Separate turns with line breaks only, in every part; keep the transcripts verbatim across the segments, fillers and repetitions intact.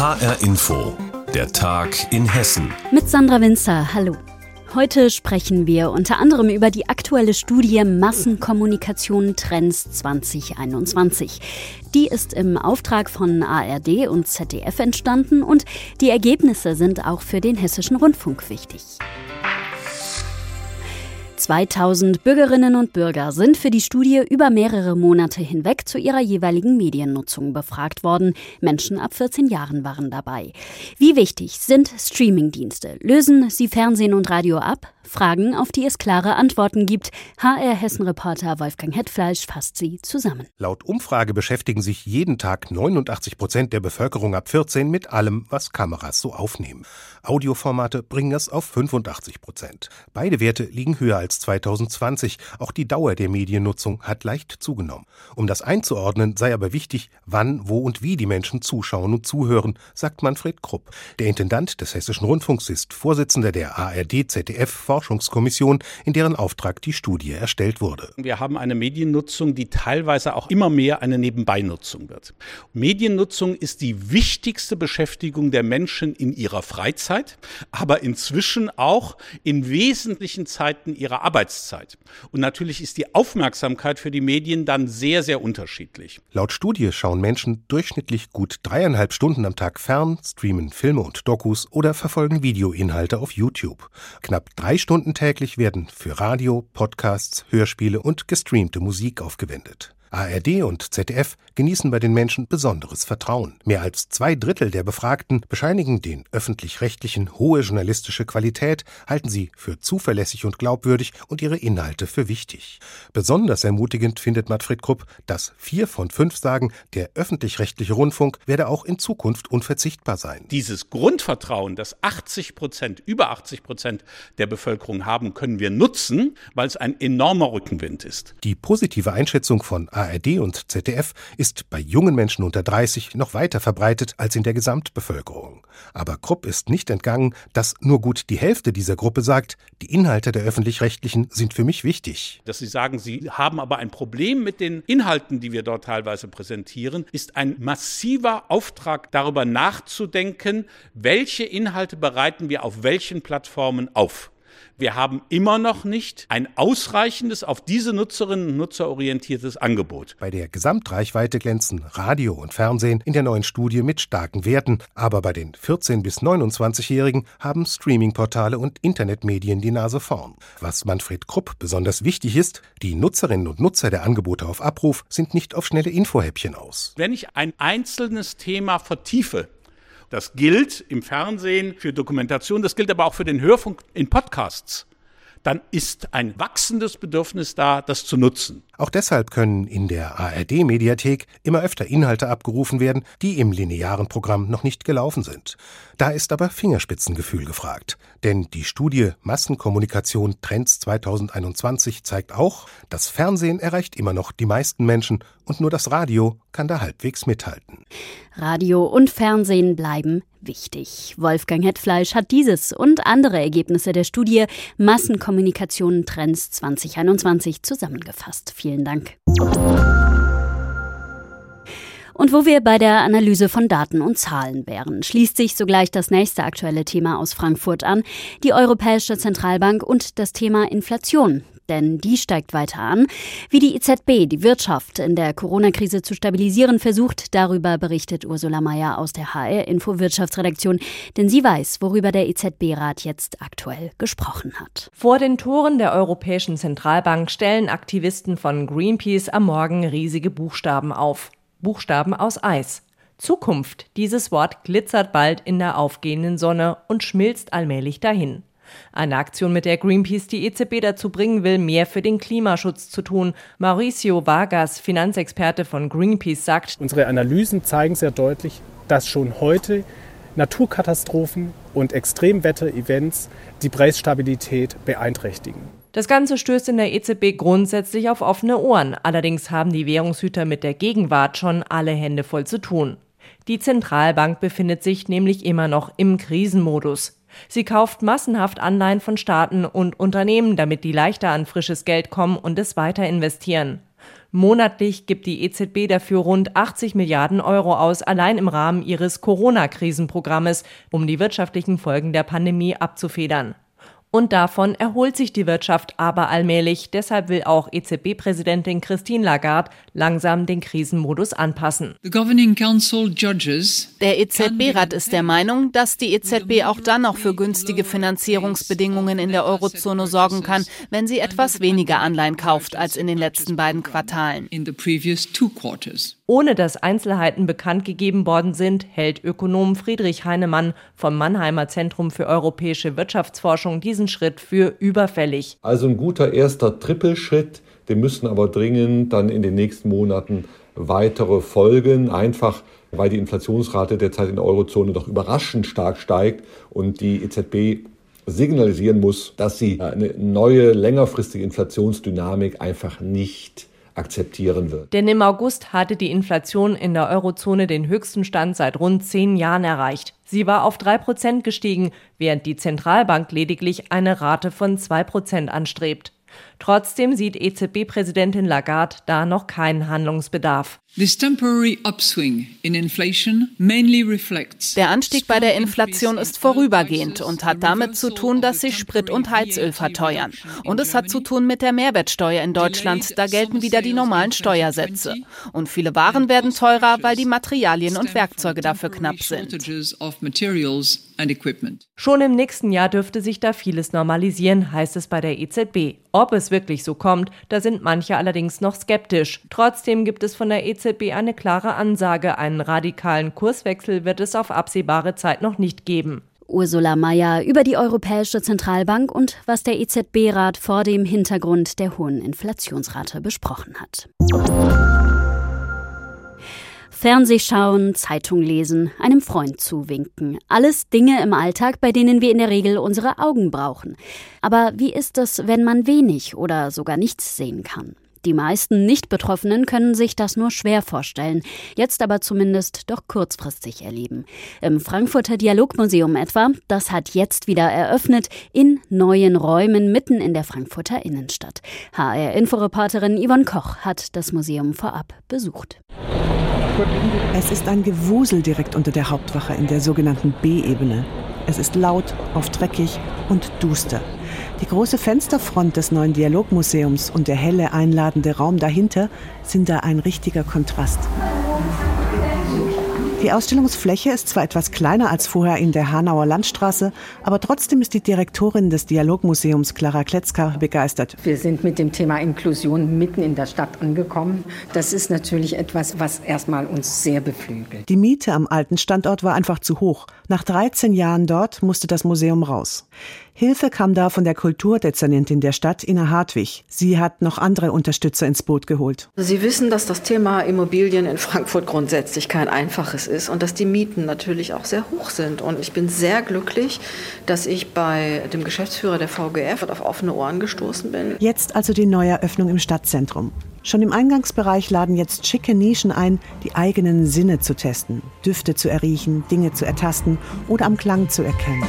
H R Info, der Tag in Hessen.
Mit Sandra Winzer, hallo. Heute sprechen wir unter anderem über die aktuelle Studie Massenkommunikation Trends zwanzig einundzwanzig. Die ist im Auftrag von A R D und Z D F entstanden und die Ergebnisse sind auch für den Hessischen Rundfunk wichtig. zweitausend Bürgerinnen und Bürger sind für die Studie über mehrere Monate hinweg zu ihrer jeweiligen Mediennutzung befragt worden. Menschen ab vierzehn Jahren waren dabei. Wie wichtig sind Streamingdienste? Lösen sie Fernsehen und Radio ab? Fragen, auf die es klare Antworten gibt. H R-Hessen-Reporter Wolfgang Hetfleisch fasst sie zusammen.
Laut Umfrage beschäftigen sich jeden Tag neunundachtzig Prozent der Bevölkerung ab vierzehn mit allem, was Kameras so aufnehmen. Audioformate bringen es auf fünfundachtzig Prozent. Beide Werte liegen höher als zweitausendzwanzig. Auch die Dauer der Mediennutzung hat leicht zugenommen. Um das einzuordnen, sei aber wichtig, wann, wo und wie die Menschen zuschauen und zuhören, sagt Manfred Krupp. Der Intendant des Hessischen Rundfunks ist Vorsitzender der A R D-Z D F-Forschungskommission, in deren Auftrag die Studie erstellt wurde.
Wir haben eine Mediennutzung, die teilweise auch immer mehr eine Nebenbeinutzung wird. Mediennutzung ist die wichtigste Beschäftigung der Menschen in ihrer Freizeit, aber inzwischen auch in wesentlichen Zeiten ihrer Arbeitszeit. Und natürlich ist die Aufmerksamkeit für die Medien dann sehr, sehr unterschiedlich.
Laut Studie schauen Menschen durchschnittlich gut dreieinhalb Stunden am Tag fern, streamen Filme und Dokus oder verfolgen Videoinhalte auf YouTube. Knapp drei Stunden täglich werden für Radio, Podcasts, Hörspiele und gestreamte Musik aufgewendet. A R D und Z D F genießen bei den Menschen besonderes Vertrauen. Mehr als zwei Drittel der Befragten bescheinigen den Öffentlich-Rechtlichen hohe journalistische Qualität, halten sie für zuverlässig und glaubwürdig und ihre Inhalte für wichtig. Besonders ermutigend findet Manfred Krupp, dass vier von fünf sagen, der öffentlich-rechtliche Rundfunk werde auch in Zukunft unverzichtbar sein.
Dieses Grundvertrauen, das achtzig Prozent, über achtzig Prozent der Bevölkerung haben, können wir nutzen, weil es ein enormer Rückenwind ist.
Die positive Einschätzung von A R D und Z D F ist bei jungen Menschen unter dreißig noch weiter verbreitet als in der Gesamtbevölkerung. Aber Krupp ist nicht entgangen, dass nur gut die Hälfte dieser Gruppe sagt, die Inhalte der Öffentlich-Rechtlichen sind für mich wichtig.
Dass sie sagen, sie haben aber ein Problem mit den Inhalten, die wir dort teilweise präsentieren, ist ein massiver Auftrag, darüber nachzudenken, welche Inhalte bereiten wir auf welchen Plattformen auf. Wir haben immer noch nicht ein ausreichendes, auf diese Nutzerinnen und Nutzer orientiertes Angebot.
Bei der Gesamtreichweite glänzen Radio und Fernsehen in der neuen Studie mit starken Werten. Aber bei den vierzehn- bis neunundzwanzigjährigen haben Streamingportale und Internetmedien die Nase vorn. Was Manfred Krupp besonders wichtig ist, die Nutzerinnen und Nutzer der Angebote auf Abruf sind nicht auf schnelle Infohäppchen aus.
Wenn ich ein einzelnes Thema vertiefe, das gilt im Fernsehen für Dokumentation, das gilt aber auch für den Hörfunk in Podcasts, dann ist ein wachsendes Bedürfnis da, das zu nutzen.
Auch deshalb können in der A R D-Mediathek immer öfter Inhalte abgerufen werden, die im linearen Programm noch nicht gelaufen sind. Da ist aber Fingerspitzengefühl gefragt. Denn die Studie Massenkommunikation Trends zwanzig einundzwanzig zeigt auch, das Fernsehen erreicht immer noch die meisten Menschen und nur das Radio kann da halbwegs mithalten.
Radio und Fernsehen bleiben wichtig. Wolfgang Hetfleisch hat dieses und andere Ergebnisse der Studie Massenkommunikation Trends zwanzig einundzwanzig zusammengefasst. Vielen Dank. Und wo wir bei der Analyse von Daten und Zahlen wären, schließt sich sogleich das nächste aktuelle Thema aus Frankfurt an, die Europäische Zentralbank und das Thema Inflation. Denn die steigt weiter an. Wie die E Z B die Wirtschaft in der Corona-Krise zu stabilisieren versucht, darüber berichtet Ursula Mayer aus der H R-Info Wirtschaftsredaktion. Denn sie weiß, worüber der E Z B-Rat jetzt aktuell gesprochen hat.
Vor den Toren der Europäischen Zentralbank stellen Aktivisten von Greenpeace am Morgen riesige Buchstaben auf. Buchstaben aus Eis. Zukunft. Dieses Wort glitzert bald in der aufgehenden Sonne und schmilzt allmählich dahin. Eine Aktion, mit der Greenpeace die E Z B dazu bringen will, mehr für den Klimaschutz zu tun. Mauricio Vargas, Finanzexperte von Greenpeace, sagt:
Unsere Analysen zeigen sehr deutlich, dass schon heute Naturkatastrophen und Extremwetterevents die Preisstabilität beeinträchtigen.
Das Ganze stößt in der E Z B grundsätzlich auf offene Ohren. Allerdings haben die Währungshüter mit der Gegenwart schon alle Hände voll zu tun. Die Zentralbank befindet sich nämlich immer noch im Krisenmodus. Sie kauft massenhaft Anleihen von Staaten und Unternehmen, damit die leichter an frisches Geld kommen und es weiter investieren. Monatlich gibt die E Z B dafür rund achtzig Milliarden Euro aus, allein im Rahmen ihres Corona-Krisenprogrammes, um die wirtschaftlichen Folgen der Pandemie abzufedern. Und davon erholt sich die Wirtschaft aber allmählich. Deshalb will auch E Z B-Präsidentin Christine Lagarde langsam den Krisenmodus anpassen.
Der E Z B-Rat ist der Meinung, dass die E Z B auch dann noch für günstige Finanzierungsbedingungen in der Eurozone sorgen kann, wenn sie etwas weniger Anleihen kauft als in den letzten beiden Quartalen.
Ohne dass Einzelheiten bekannt gegeben worden sind, hält Ökonom Friedrich Heinemann vom Mannheimer Zentrum für europäische Wirtschaftsforschung diesen Schritt für überfällig.
Also ein guter erster Trippelschritt, dem müssen aber dringend dann in den nächsten Monaten weitere folgen, einfach weil die Inflationsrate derzeit in der Eurozone doch überraschend stark steigt und die E Z B signalisieren muss, dass sie eine neue längerfristige Inflationsdynamik einfach nicht akzeptieren wird.
Denn im August hatte die Inflation in der Eurozone den höchsten Stand seit rund zehn Jahren erreicht. Sie war auf drei Prozent gestiegen, während die Zentralbank lediglich eine Rate von zwei Prozent anstrebt. Trotzdem sieht E Z B-Präsidentin Lagarde da noch keinen Handlungsbedarf.
Der Anstieg bei der Inflation ist vorübergehend und hat damit zu tun, dass sich Sprit und Heizöl verteuern. Und es hat zu tun mit der Mehrwertsteuer in Deutschland. Da gelten wieder die normalen Steuersätze. Und viele Waren werden teurer, weil die Materialien und Werkzeuge dafür knapp sind.
Schon im nächsten Jahr dürfte sich da vieles normalisieren, heißt es bei der E Z B. Ob es wirklich so kommt, da sind manche allerdings noch skeptisch. Trotzdem gibt es von der E Z B eine klare Ansage, einen radikalen Kurswechsel wird es auf absehbare Zeit noch nicht geben.
Ursula Mayer über die Europäische Zentralbank und was der E Z B-Rat vor dem Hintergrund der hohen Inflationsrate besprochen hat. Fernsehschauen, Zeitung lesen, einem Freund zuwinken. Alles Dinge im Alltag, bei denen wir in der Regel unsere Augen brauchen. Aber wie ist es, wenn man wenig oder sogar nichts sehen kann? Die meisten Nicht-Betroffenen können sich das nur schwer vorstellen, jetzt aber zumindest doch kurzfristig erleben. Im Frankfurter Dialogmuseum etwa, das hat jetzt wieder eröffnet, in neuen Räumen mitten in der Frankfurter Innenstadt. H R-Inforeporterin Yvonne Koch hat das Museum vorab besucht.
Es ist ein Gewusel direkt unter der Hauptwache in der sogenannten B-Ebene. Es ist laut, oft dreckig und duster. Die große Fensterfront des neuen Dialogmuseums und der helle, einladende Raum dahinter sind da ein richtiger Kontrast. Die Ausstellungsfläche ist zwar etwas kleiner als vorher in der Hanauer Landstraße, aber trotzdem ist die Direktorin des Dialogmuseums, Clara Kletzka, begeistert.
Wir sind mit dem Thema Inklusion mitten in der Stadt angekommen. Das ist natürlich etwas, was erstmal uns sehr beflügelt.
Die Miete am alten Standort war einfach zu hoch. Nach dreizehn Jahren dort musste das Museum raus. Hilfe kam da von der Kulturdezernentin der Stadt, Ina Hartwig. Sie hat noch andere Unterstützer ins Boot geholt.
Sie wissen, dass das Thema Immobilien in Frankfurt grundsätzlich kein einfaches ist und dass die Mieten natürlich auch sehr hoch sind. Und ich bin sehr glücklich, dass ich bei dem Geschäftsführer der V G F auf offene Ohren gestoßen bin.
Jetzt also die Neueröffnung im Stadtzentrum. Schon im Eingangsbereich laden jetzt schicke Nischen ein, die eigenen Sinne zu testen, Düfte zu erriechen, Dinge zu ertasten oder am Klang zu erkennen.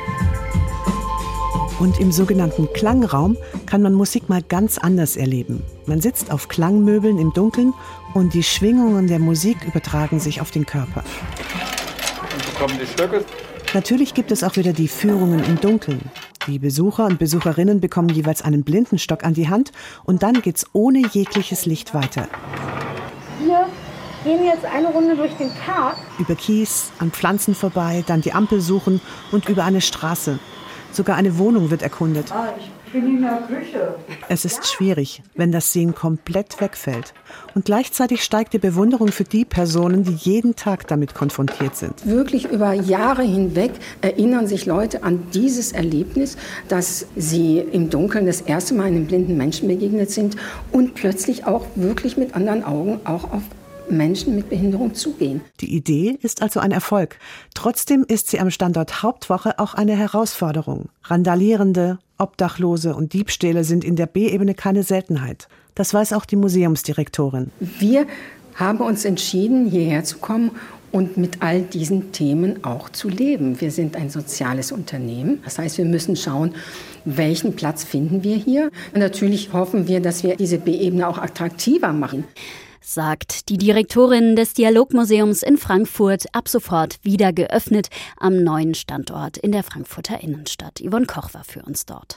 Und im sogenannten Klangraum kann man Musik mal ganz anders erleben. Man sitzt auf Klangmöbeln im Dunkeln und die Schwingungen der Musik übertragen sich auf den Körper.
Kommen die Stöcke.
Natürlich gibt es auch wieder die Führungen im Dunkeln. Die Besucher und Besucherinnen bekommen jeweils einen Blindenstock an die Hand und dann geht's ohne jegliches Licht weiter.
Wir gehen jetzt eine Runde durch den Park.
Über Kies, an Pflanzen vorbei, dann die Ampel suchen und über eine Straße. Sogar eine Wohnung wird erkundet.
Ah, ich bin in der Küche.
Es ist schwierig, wenn das Sehen komplett wegfällt. Und gleichzeitig steigt die Bewunderung für die Personen, die jeden Tag damit konfrontiert sind.
Wirklich über Jahre hinweg erinnern sich Leute an dieses Erlebnis, dass sie im Dunkeln das erste Mal einem blinden Menschen begegnet sind und plötzlich auch wirklich mit anderen Augen auch auf Menschen mit Behinderung zugehen.
Die Idee ist also ein Erfolg. Trotzdem ist sie am Standort Hauptwache auch eine Herausforderung. Randalierende, Obdachlose und Diebstähle sind in der B-Ebene keine Seltenheit. Das weiß auch die Museumsdirektorin.
Wir haben uns entschieden, hierher zu kommen, und mit all diesen Themen auch zu leben. Wir sind ein soziales Unternehmen. Das heißt, wir müssen schauen, welchen Platz finden wir hier. Und natürlich hoffen wir, dass wir diese B-Ebene auch attraktiver machen.
Sagt die Direktorin des Dialogmuseums in Frankfurt, ab sofort wieder geöffnet am neuen Standort in der Frankfurter Innenstadt. Yvonne Koch war für uns dort.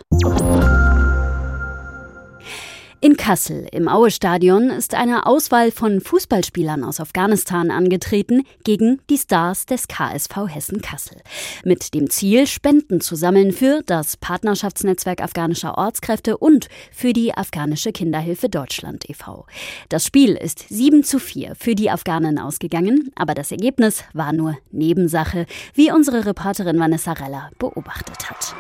In Kassel im Aue-Stadion ist eine Auswahl von Fußballspielern aus Afghanistan angetreten gegen die Stars des K S V Hessen Kassel. Mit dem Ziel, Spenden zu sammeln für das Partnerschaftsnetzwerk afghanischer Ortskräfte und für die Afghanische Kinderhilfe Deutschland e V Das Spiel ist sieben zu vier für die Afghanen ausgegangen, aber das Ergebnis war nur Nebensache, wie unsere Reporterin Vanessa Reller beobachtet hat.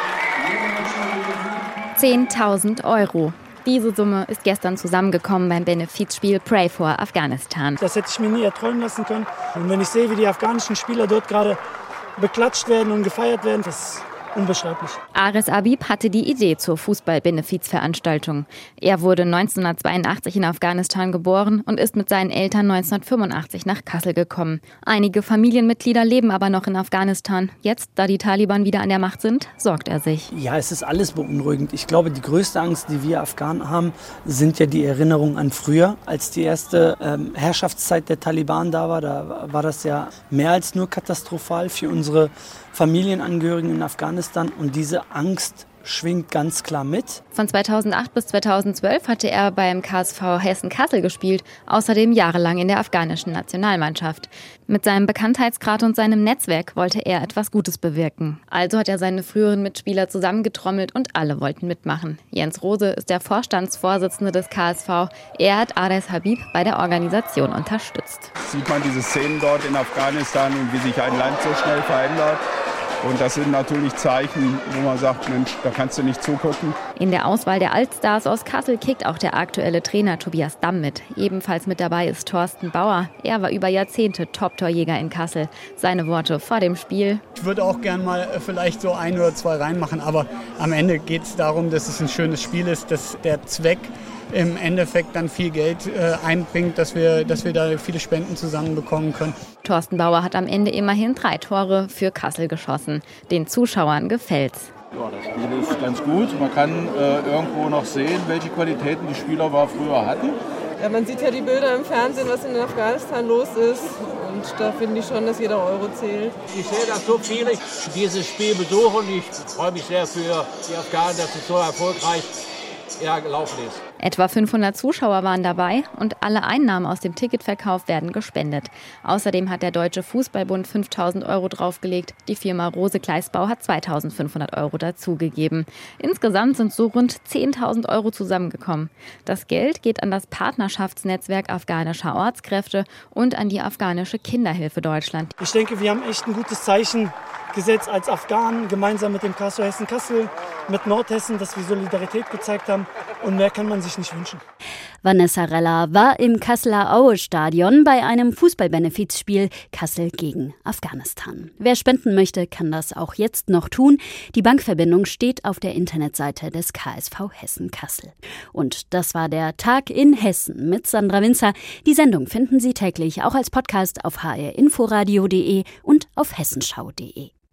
zehntausend Euro. Diese Summe ist gestern zusammengekommen beim Benefizspiel Pray for Afghanistan.
Das hätte ich mir nie erträumen lassen können. Und wenn ich sehe, wie die afghanischen Spieler dort gerade beklatscht werden und gefeiert werden, das ist unbeschreiblich.
Ares Abib hatte die Idee zur Fußball-Benefizveranstaltung. Er wurde neunzehnhundertzweiundachtzig in Afghanistan geboren und ist mit seinen Eltern neunzehnhundertfünfundachtzig nach Kassel gekommen. Einige Familienmitglieder leben aber noch in Afghanistan. Jetzt, da die Taliban wieder an der Macht sind, sorgt er sich.
Ja, es ist alles beunruhigend. Ich glaube, die größte Angst, die wir Afghanen haben, sind ja die Erinnerungen an früher. Als die erste ähm, Herrschaftszeit der Taliban da war, da war das ja mehr als nur katastrophal für unsere Familienangehörigen in Afghanistan. Und diese Angst schwingt ganz klar mit.
Von zweitausendacht bis zweitausendzwölf hatte er beim K S V Hessen Kassel gespielt, außerdem jahrelang in der afghanischen Nationalmannschaft. Mit seinem Bekanntheitsgrad und seinem Netzwerk wollte er etwas Gutes bewirken. Also hat er seine früheren Mitspieler zusammengetrommelt und alle wollten mitmachen. Jens Rose ist der Vorstandsvorsitzende des K S V. Er hat Ares Habib bei der Organisation unterstützt.
Sieht man diese Szenen dort in Afghanistan und wie sich ein Land so schnell verändert. Und das sind natürlich Zeichen, wo man sagt, Mensch, da kannst du nicht zugucken.
In der Auswahl der Altstars aus Kassel kickt auch der aktuelle Trainer Tobias Damm mit. Ebenfalls mit dabei ist Thorsten Bauer. Er war über Jahrzehnte Top-Torjäger in Kassel. Seine Worte vor dem Spiel:
Ich würde auch gern mal vielleicht so ein oder zwei reinmachen, aber am Ende geht es darum, dass es ein schönes Spiel ist, dass der Zweck im Endeffekt dann viel Geld äh, einbringt, dass wir, dass wir da viele Spenden zusammenbekommen können.
Thorsten Bauer hat am Ende immerhin drei Tore für Kassel geschossen. Den Zuschauern gefällt's.
Ja, das Spiel ist ganz gut. Man kann äh, irgendwo noch sehen, welche Qualitäten die Spieler war früher hatten.
Ja, man sieht ja die Bilder im Fernsehen, was in Afghanistan los ist. Und da finde ich schon, dass jeder Euro zählt.
Ich sehe, dass so viele dieses Spiel besuchen. Ich freue mich sehr für die Afghanen, dass es so erfolgreich ja, gelaufen ist.
Etwa fünfhundert Zuschauer waren dabei und alle Einnahmen aus dem Ticketverkauf werden gespendet. Außerdem hat der Deutsche Fußballbund fünftausend Euro draufgelegt. Die Firma Rose Gleisbau hat zweitausendfünfhundert Euro dazugegeben. Insgesamt sind so rund zehntausend Euro zusammengekommen. Das Geld geht an das Partnerschaftsnetzwerk afghanischer Ortskräfte und an die Afghanische Kinderhilfe Deutschland.
Ich denke, wir haben echt ein gutes Zeichen gesetzt als Afghanen, gemeinsam mit dem K S V Hessen Kassel, mit Nordhessen, dass wir Solidarität gezeigt haben. Und mehr kann man sich nicht wünschen.
Vanessa Reller war im Kasseler Aue-Stadion bei einem Fußballbenefizspiel Kassel gegen Afghanistan. Wer spenden möchte, kann das auch jetzt noch tun. Die Bankverbindung steht auf der Internetseite des K S V Hessen Kassel. Und das war der Tag in Hessen mit Sandra Winzer. Die Sendung finden Sie täglich auch als Podcast auf h r inforadio punkt d e und auf hessenschau punkt d e.